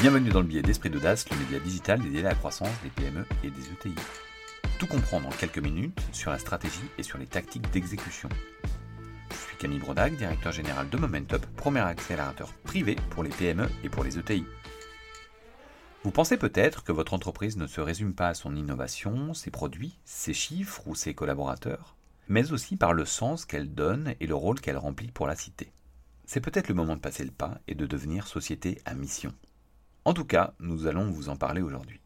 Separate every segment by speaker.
Speaker 1: Bienvenue dans le billet d'Esprit d'Audace, le média digital dédié à la croissance des PME et des ETI. Tout comprendre en quelques minutes sur la stratégie et sur les tactiques d'exécution. Je suis Camille Brodac, directeur général de Momentup, premier accélérateur privé pour les PME et pour les ETI. Vous pensez peut-être que votre entreprise ne se résume pas à son innovation, ses produits, ses chiffres ou ses collaborateurs, mais aussi par le sens qu'elle donne et le rôle qu'elle remplit pour la cité. C'est peut-être le moment de passer le pas et de devenir société à mission. En tout cas, nous allons vous en parler aujourd'hui.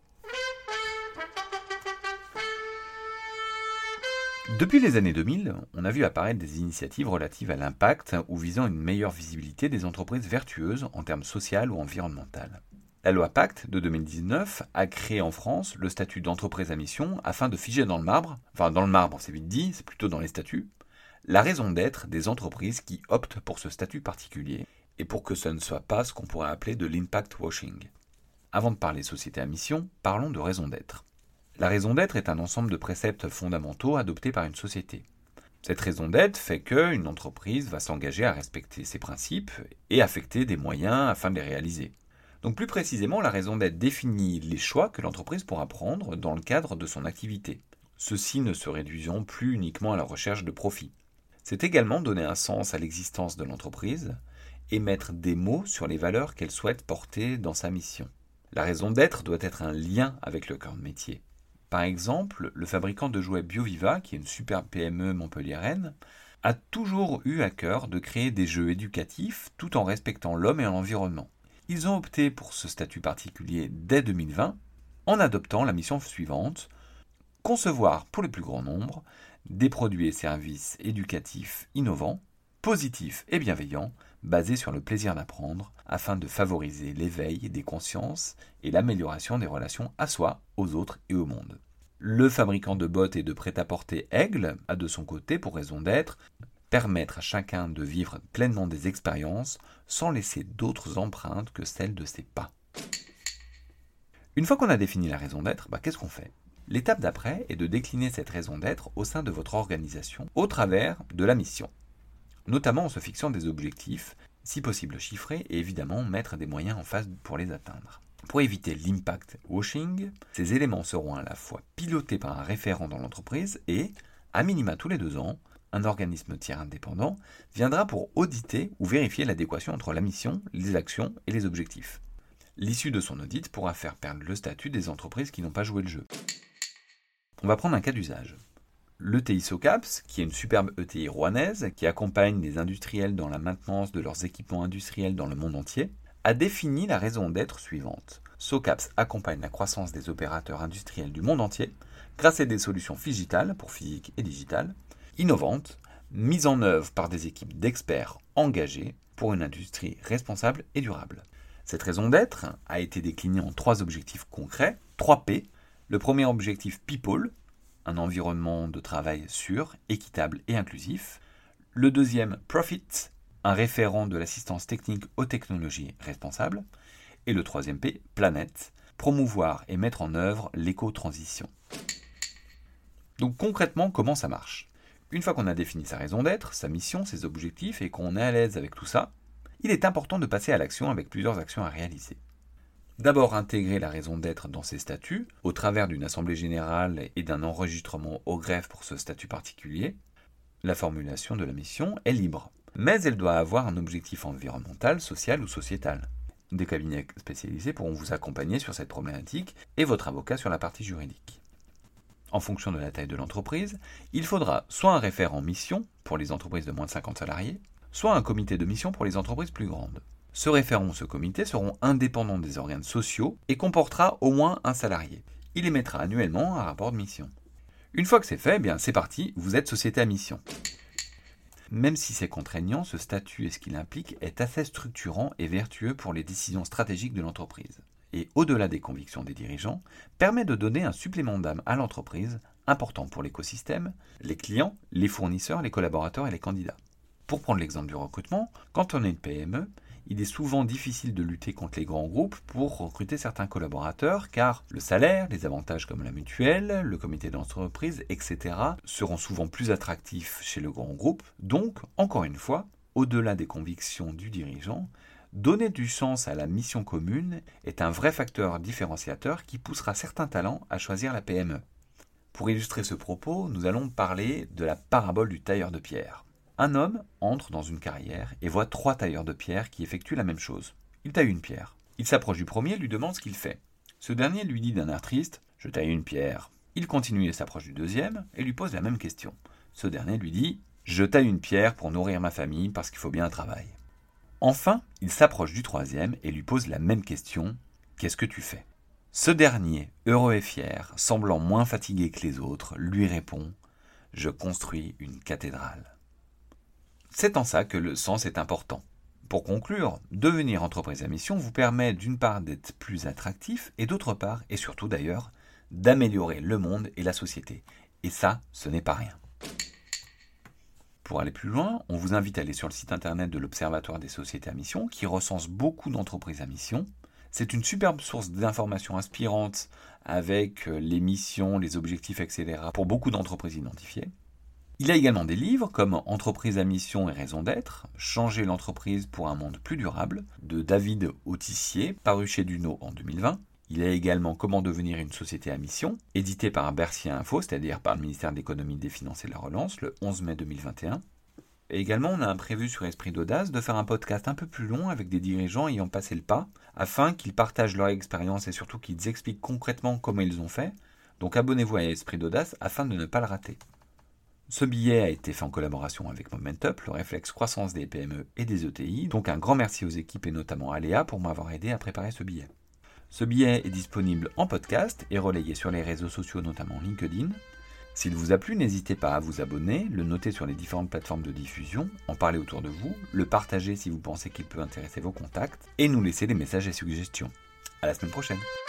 Speaker 1: Depuis les années 2000, on a vu apparaître des initiatives relatives à l'impact ou visant une meilleure visibilité des entreprises vertueuses en termes social ou environnemental. La loi Pacte de 2019 a créé en France le statut d'entreprise à mission afin de figer dans le marbre, c'est vite dit, c'est plutôt dans les statuts, la raison d'être des entreprises qui optent pour ce statut particulier et pour que ce ne soit pas ce qu'on pourrait appeler de l'impact washing. Avant de parler société à mission, parlons de raison d'être. La raison d'être est un ensemble de préceptes fondamentaux adoptés par une société. Cette raison d'être fait qu'une entreprise va s'engager à respecter ses principes et affecter des moyens afin de les réaliser. Donc plus précisément, la raison d'être définit les choix que l'entreprise pourra prendre dans le cadre de son activité. Ceux-ci ne se réduisant plus uniquement à la recherche de profit. C'est également donner un sens à l'existence de l'entreprise et mettre des mots sur les valeurs qu'elle souhaite porter dans sa mission. La raison d'être doit être un lien avec le cœur de métier. Par exemple, le fabricant de jouets BioViva, qui est une superbe PME montpelliéraine, a toujours eu à cœur de créer des jeux éducatifs tout en respectant l'homme et l'environnement. Ils ont opté pour ce statut particulier dès 2020 en adoptant la mission suivante: concevoir pour le plus grand nombre des produits et services éducatifs innovants, positifs et bienveillants, basés sur le plaisir d'apprendre, afin de favoriser l'éveil des consciences et l'amélioration des relations à soi, aux autres et au monde. Le fabricant de bottes et de prêt-à-porter Aigle a de son côté pour raison d'être permettre à chacun de vivre pleinement des expériences sans laisser d'autres empreintes que celles de ses pas. Une fois qu'on a défini la raison d'être, qu'est-ce qu'on fait ? L'étape d'après est de décliner cette raison d'être au sein de votre organisation au travers de la mission, notamment en se fixant des objectifs, si possible chiffrés, et évidemment mettre des moyens en face pour les atteindre. Pour éviter l'impact washing, ces éléments seront à la fois pilotés par un référent dans l'entreprise et, à minima tous les 2 ans, un organisme tiers indépendant viendra pour auditer ou vérifier l'adéquation entre la mission, les actions et les objectifs. L'issue de son audit pourra faire perdre le statut des entreprises qui n'ont pas joué le jeu. On va prendre un cas d'usage. L'ETI Socaps, qui est une superbe ETI rouennaise qui accompagne les industriels dans la maintenance de leurs équipements industriels dans le monde entier, a défini la raison d'être suivante. Socaps accompagne la croissance des opérateurs industriels du monde entier grâce à des solutions digitales pour physique et digitale, innovantes, mises en œuvre par des équipes d'experts engagés pour une industrie responsable et durable. Cette raison d'être a été déclinée en 3 objectifs concrets, 3 P. Le premier objectif People, un environnement de travail sûr, équitable et inclusif. Le deuxième Profit, un référent de l'assistance technique aux technologies responsables. Et le troisième P, Planète, promouvoir et mettre en œuvre l'éco-transition. Donc concrètement, comment ça marche ? Une fois qu'on a défini sa raison d'être, sa mission, ses objectifs et qu'on est à l'aise avec tout ça, il est important de passer à l'action avec plusieurs actions à réaliser. D'abord, intégrer la raison d'être dans ses statuts, au travers d'une assemblée générale et d'un enregistrement au greffe pour ce statut particulier. La formulation de la mission est libre, mais elle doit avoir un objectif environnemental, social ou sociétal. Des cabinets spécialisés pourront vous accompagner sur cette problématique et votre avocat sur la partie juridique. En fonction de la taille de l'entreprise, il faudra soit un référent mission pour les entreprises de moins de 50 salariés, soit un comité de mission pour les entreprises plus grandes. Ce référent ou ce comité seront indépendants des organes sociaux et comportera au moins un salarié. Il émettra annuellement un rapport de mission. Une fois que c'est fait, c'est parti, vous êtes société à mission. Même si c'est contraignant, ce statut et ce qu'il implique est assez structurant et vertueux pour les décisions stratégiques de l'entreprise. Et au-delà des convictions des dirigeants, permet de donner un supplément d'âme à l'entreprise, important pour l'écosystème, les clients, les fournisseurs, les collaborateurs et les candidats. Pour prendre l'exemple du recrutement, quand on est une PME, il est souvent difficile de lutter contre les grands groupes pour recruter certains collaborateurs car le salaire, les avantages comme la mutuelle, le comité d'entreprise, etc. seront souvent plus attractifs chez le grand groupe. Donc, encore une fois, au-delà des convictions du dirigeant, Donner du sens à la mission commune est un vrai facteur différenciateur qui poussera certains talents à choisir la PME. Pour illustrer ce propos, nous allons parler de la parabole du tailleur de pierre. Un homme entre dans une carrière et voit 3 tailleurs de pierre qui effectuent la même chose. Il taille une pierre. Il s'approche du premier et lui demande ce qu'il fait. Ce dernier lui dit d'un air triste « Je taille une pierre ». Il continue et s'approche du deuxième et lui pose la même question. Ce dernier lui dit « Je taille une pierre pour nourrir ma famille parce qu'il faut bien un travail ». Enfin, il s'approche du troisième et lui pose la même question « Qu'est-ce que tu fais ?» Ce dernier, heureux et fier, semblant moins fatigué que les autres, lui répond « Je construis une cathédrale ». C'est en ça que le sens est important. Pour conclure, devenir entreprise à mission vous permet d'une part d'être plus attractif et d'autre part, et surtout d'ailleurs, d'améliorer le monde et la société. Et ça, ce n'est pas rien. Pour aller plus loin, on vous invite à aller sur le site internet de l'Observatoire des sociétés à mission qui recense beaucoup d'entreprises à mission. C'est une superbe source d'informations inspirantes avec les missions, les objectifs, etc. pour beaucoup d'entreprises identifiées. Il y a également des livres comme Entreprise à mission et raison d'être, Changer l'entreprise pour un monde plus durable, de David Autissier, paru chez Duno en 2020. Il y a également Comment devenir une société à mission, édité par Bercia Info, c'est-à-dire par le ministère de l'économie, des finances et de la relance, le 11 mai 2021. Et également, on a un prévu sur Esprit d'audace de faire un podcast un peu plus long avec des dirigeants ayant passé le pas, afin qu'ils partagent leur expérience et surtout qu'ils expliquent concrètement comment ils ont fait. Donc abonnez-vous à Esprit d'audace afin de ne pas le rater. Ce billet a été fait en collaboration avec Momentup, le réflexe croissance des PME et des ETI, donc un grand merci aux équipes et notamment à Léa pour m'avoir aidé à préparer ce billet. Ce billet est disponible en podcast et relayé sur les réseaux sociaux, notamment LinkedIn. S'il vous a plu, n'hésitez pas à vous abonner, le noter sur les différentes plateformes de diffusion, en parler autour de vous, le partager si vous pensez qu'il peut intéresser vos contacts, et nous laisser des messages et suggestions. À la semaine prochaine.